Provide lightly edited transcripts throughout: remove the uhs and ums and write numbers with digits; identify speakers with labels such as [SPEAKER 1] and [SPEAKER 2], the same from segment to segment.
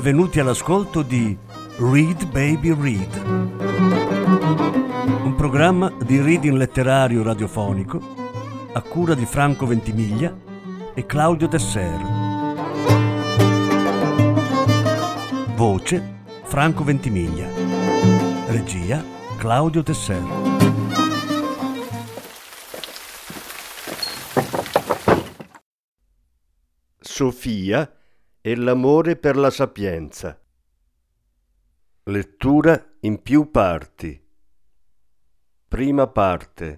[SPEAKER 1] benvenuti all'ascolto di Read Baby Read, un programma di reading letterario radiofonico a cura di Franco Ventimiglia e Claudio Tesser. Voce Franco Ventimiglia. Regia Claudio Tesser.
[SPEAKER 2] Sofia e l'amore per la sapienza. Lettura in più parti. Prima parte.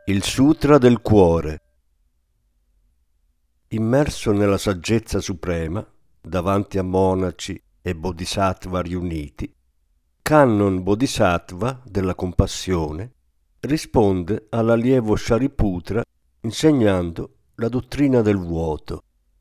[SPEAKER 2] Il Sutra del Cuore. Immerso nella saggezza suprema, davanti a monaci e bodhisattva riuniti, Kannon Bodhisattva della compassione risponde all'allievo Shariputra insegnando la dottrina del vuoto.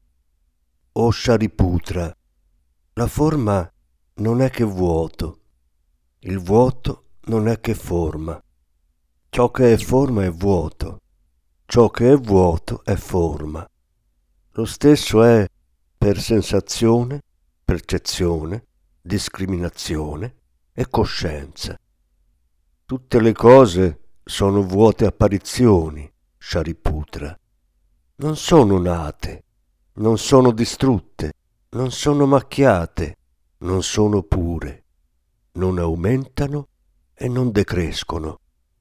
[SPEAKER 2] O Shariputra, la forma non è che vuoto, il vuoto non è che forma. Ciò che è forma è vuoto, ciò che è vuoto è forma. Lo stesso è per sensazione, percezione, discriminazione e coscienza. Tutte le cose sono vuote apparizioni, Shariputra. Non sono nate, non sono distrutte, non sono macchiate, non sono pure, non aumentano e non decrescono.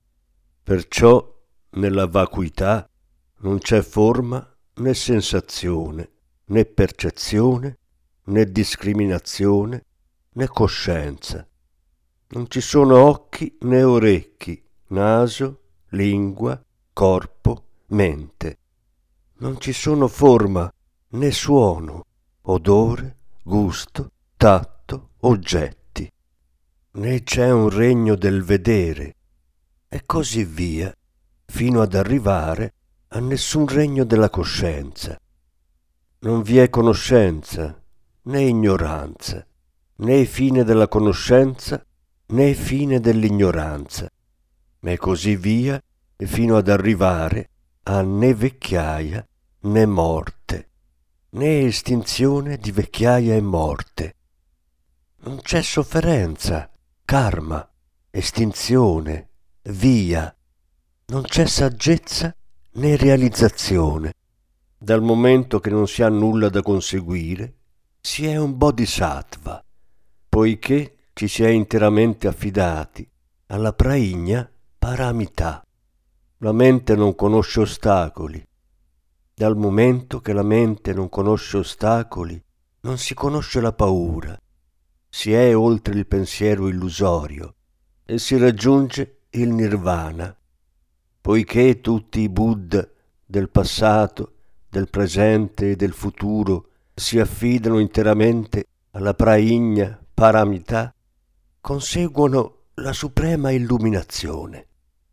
[SPEAKER 2] Perciò nella vacuità non c'è forma né sensazione, né percezione, né discriminazione, né coscienza. Non ci sono occhi né orecchi, naso, lingua, corpo, mente. Non ci sono forma né suono, odore, gusto, tatto, oggetti. Né c'è un regno del vedere, e così via, fino ad arrivare a nessun regno della coscienza. Non vi è conoscenza, né ignoranza, né fine della conoscenza, né fine dell'ignoranza, e così via fino ad arrivare a né vecchiaia né morte, né estinzione di vecchiaia e morte. Non c'è sofferenza, karma, estinzione, via. Non c'è saggezza né realizzazione. Dal momento che non si ha nulla da conseguire, si è un bodhisattva, poiché ci si è interamente affidati alla praigna paramita. La mente non conosce ostacoli. Dal momento che la mente non conosce ostacoli, non si conosce la paura. Si è oltre il pensiero illusorio e si raggiunge il nirvana, poiché tutti i Buddha del passato, del presente e del futuro si affidano interamente alla praigna paramita, conseguono la suprema illuminazione.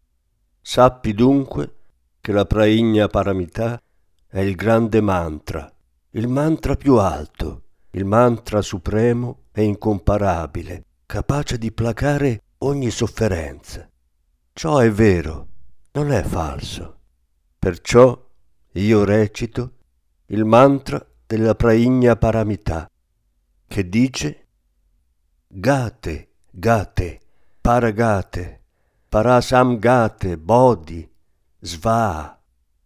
[SPEAKER 2] Sappi dunque che la praigna paramita è il grande mantra, il mantra più alto, il mantra supremo e incomparabile, capace di placare ogni sofferenza. Ciò è vero, non è falso. Perciò io recito il mantra della praigna paramita, che dice Gate, Gate, Paragate, Parasamgate, Bodhi, Svaha.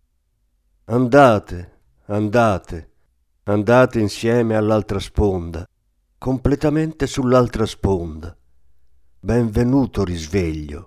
[SPEAKER 2] Andate, andate, andate insieme all'altra sponda, completamente sull'altra sponda. Benvenuto risveglio.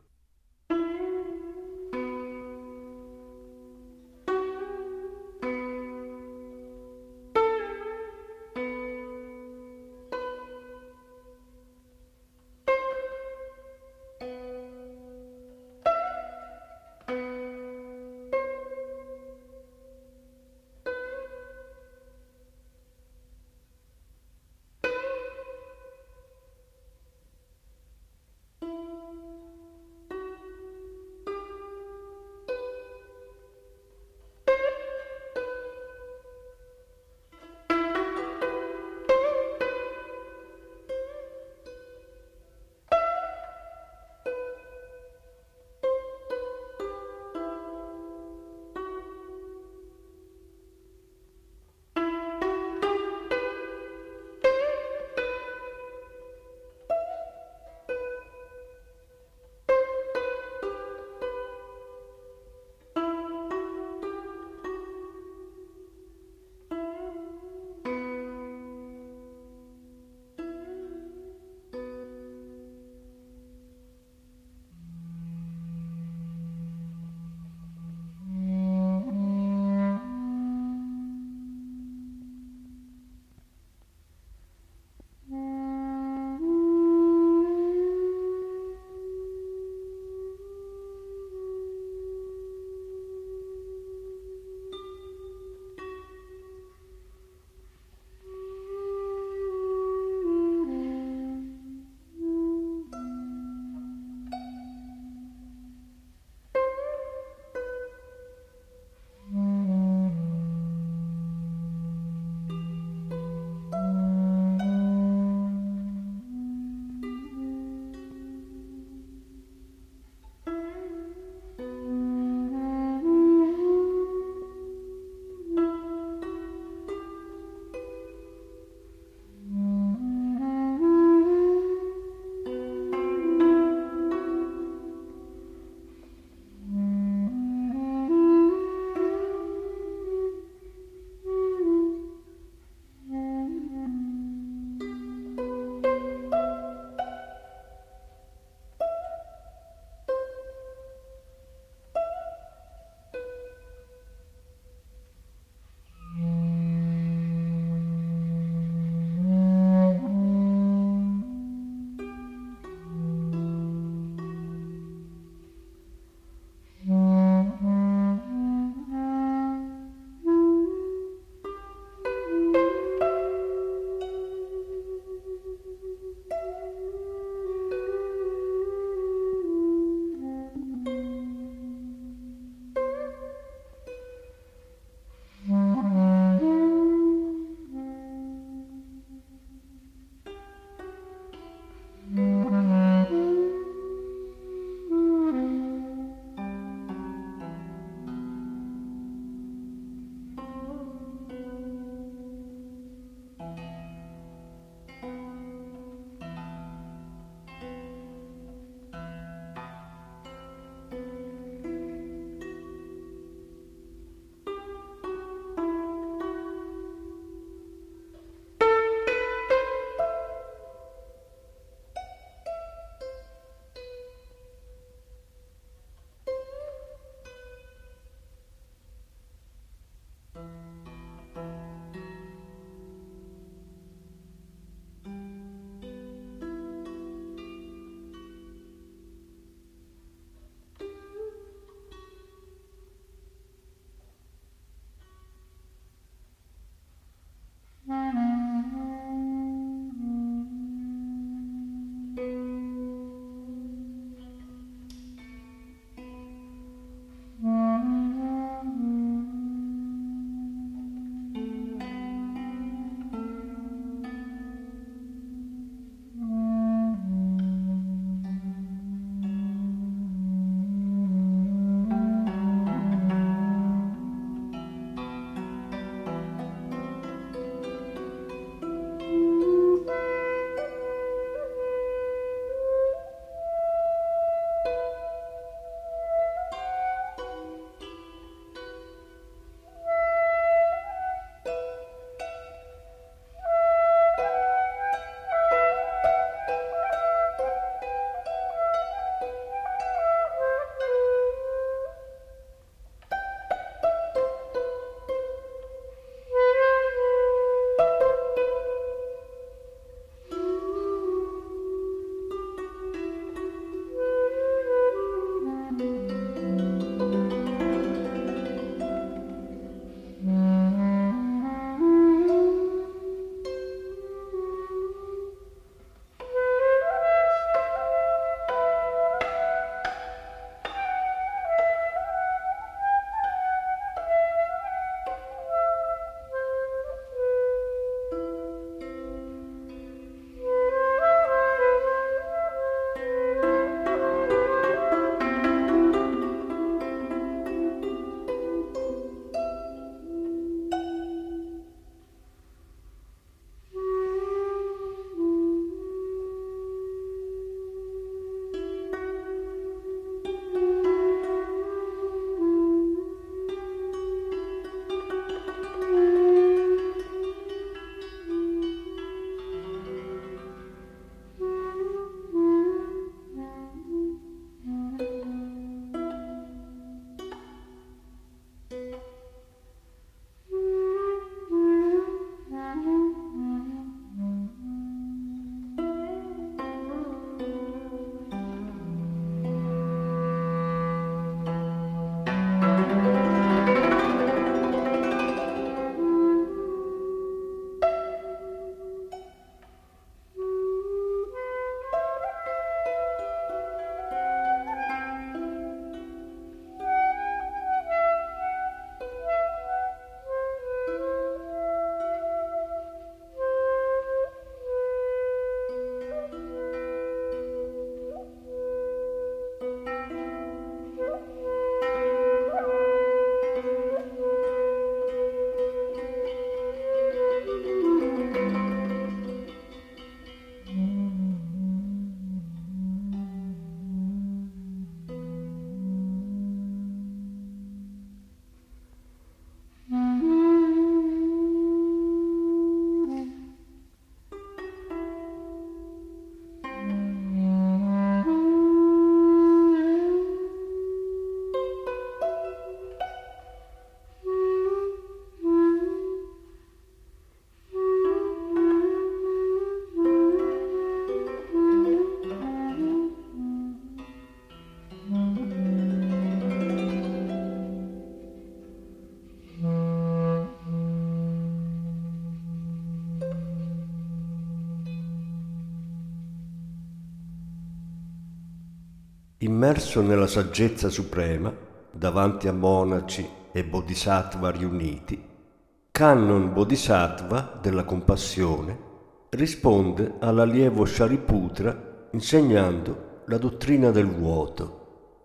[SPEAKER 2] Immerso nella saggezza suprema, davanti a monaci e bodhisattva riuniti, Kannon Bodhisattva della compassione risponde all'allievo Shariputra insegnando la dottrina del vuoto.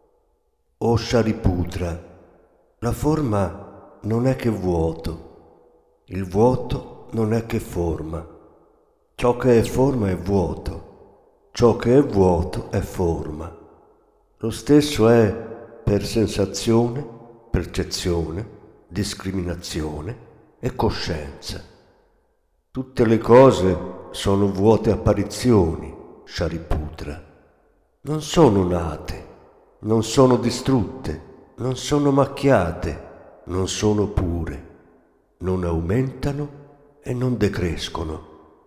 [SPEAKER 2] O Shariputra, la forma non è che vuoto, il vuoto non è che forma. Ciò che è forma è vuoto, ciò che è vuoto è forma. Lo stesso è per sensazione, percezione, discriminazione e coscienza. Tutte le cose sono vuote apparizioni, Shariputra. Non sono nate, non sono distrutte, non sono macchiate, non sono pure, non aumentano e non decrescono.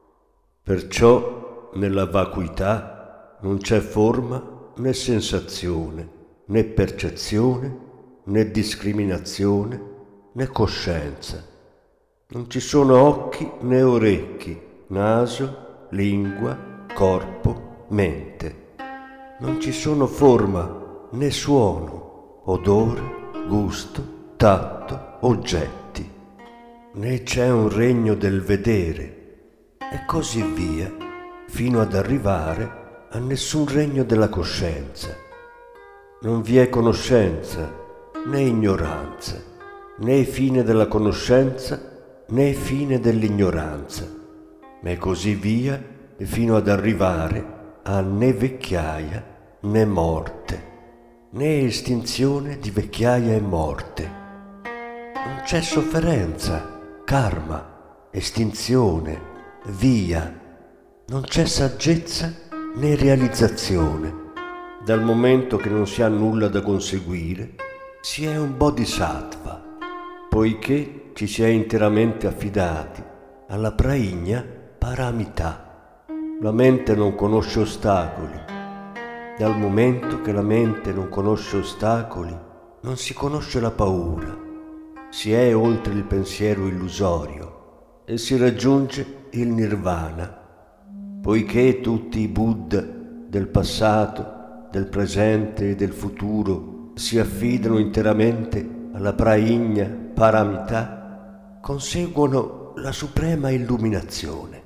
[SPEAKER 2] Perciò nella vacuità non c'è forma né sensazione, né percezione, né discriminazione, né coscienza. Non ci sono occhi né orecchi, naso, lingua, corpo, mente. Non ci sono forma né suono, odore, gusto, tatto, oggetti. Né c'è un regno del vedere, e così via, fino ad arrivare a nessun regno della coscienza. Non vi è conoscenza, né ignoranza, né fine della conoscenza, né fine dell'ignoranza, e così via fino ad arrivare a né vecchiaia né morte, né estinzione di vecchiaia e morte. Non c'è sofferenza, karma, estinzione, via. Non c'è saggezza né realizzazione. Dal momento che non si ha nulla da conseguire, si è un bodhisattva, poiché ci si è interamente affidati alla prajna paramita. La mente non conosce ostacoli. Dal momento che la mente non conosce ostacoli, non si conosce la paura. Si è oltre il pensiero illusorio e si raggiunge il nirvana, poiché tutti i Buddha del passato, del presente e del futuro si affidano interamente alla prajna paramita, conseguono la suprema illuminazione.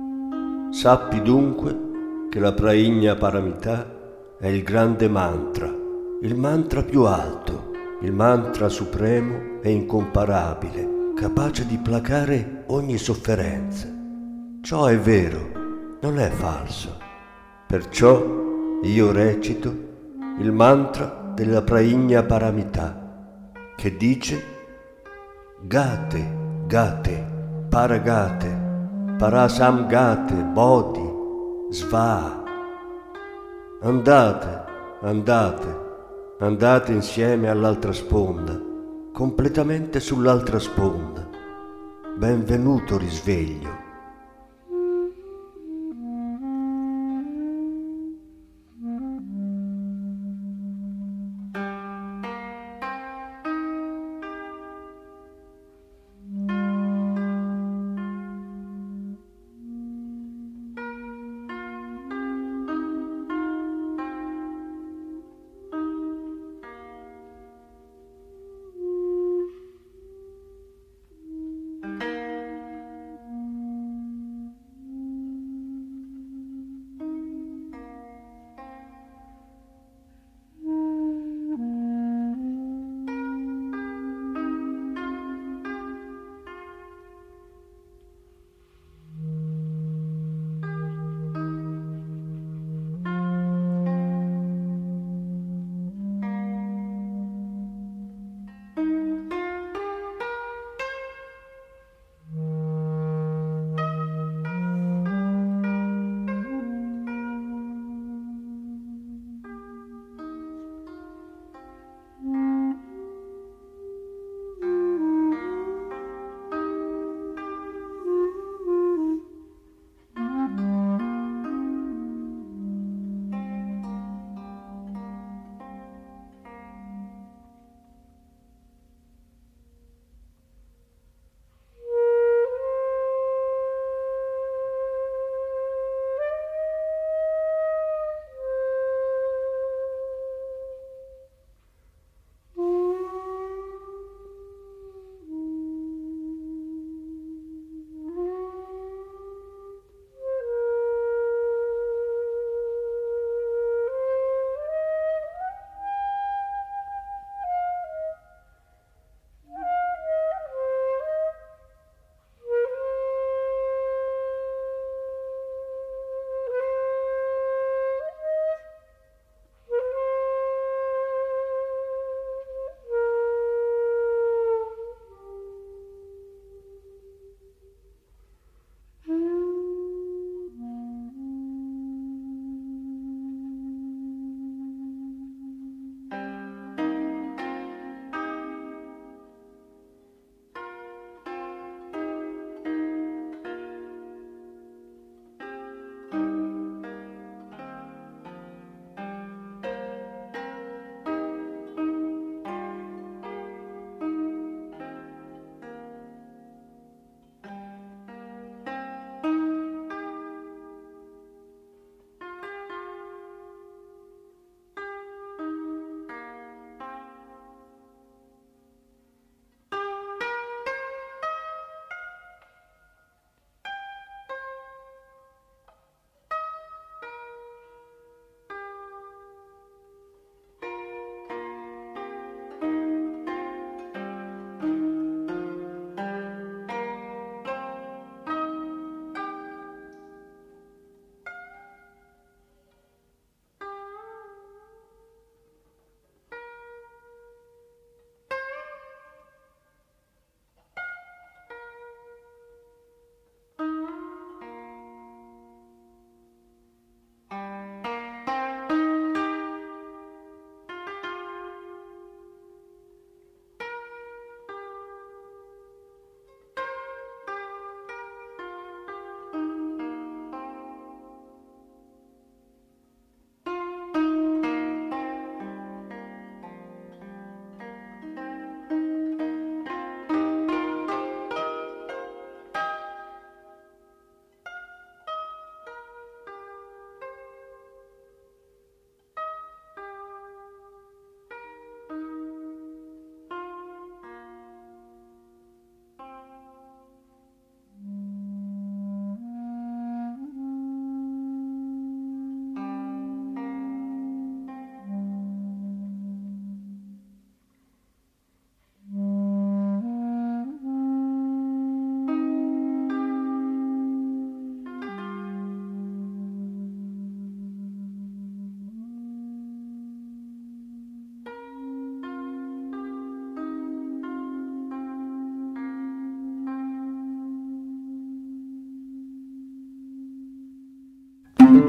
[SPEAKER 2] Sappi dunque che la prajna paramita è il grande mantra, il mantra più alto, il mantra supremo e incomparabile, capace di placare ogni sofferenza. Ciò è vero, non è falso. Perciò io recito il mantra della prajna paramita, che dice Gate, Gate, Paragate, Parasamgate, Bodhi, Svaha. Andate, andate, andate insieme all'altra sponda, completamente sull'altra sponda. Benvenuto risveglio.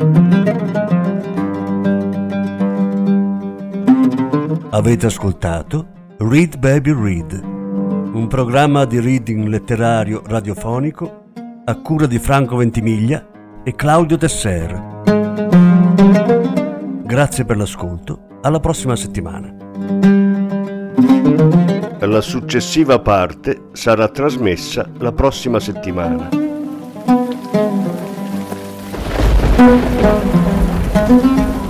[SPEAKER 1] Avete ascoltato Read Baby Read, un programma di reading letterario radiofonico a cura di Franco Ventimiglia e Claudio Tesser. Grazie per l'ascolto, alla prossima settimana.
[SPEAKER 2] La successiva parte sarà trasmessa la prossima settimana.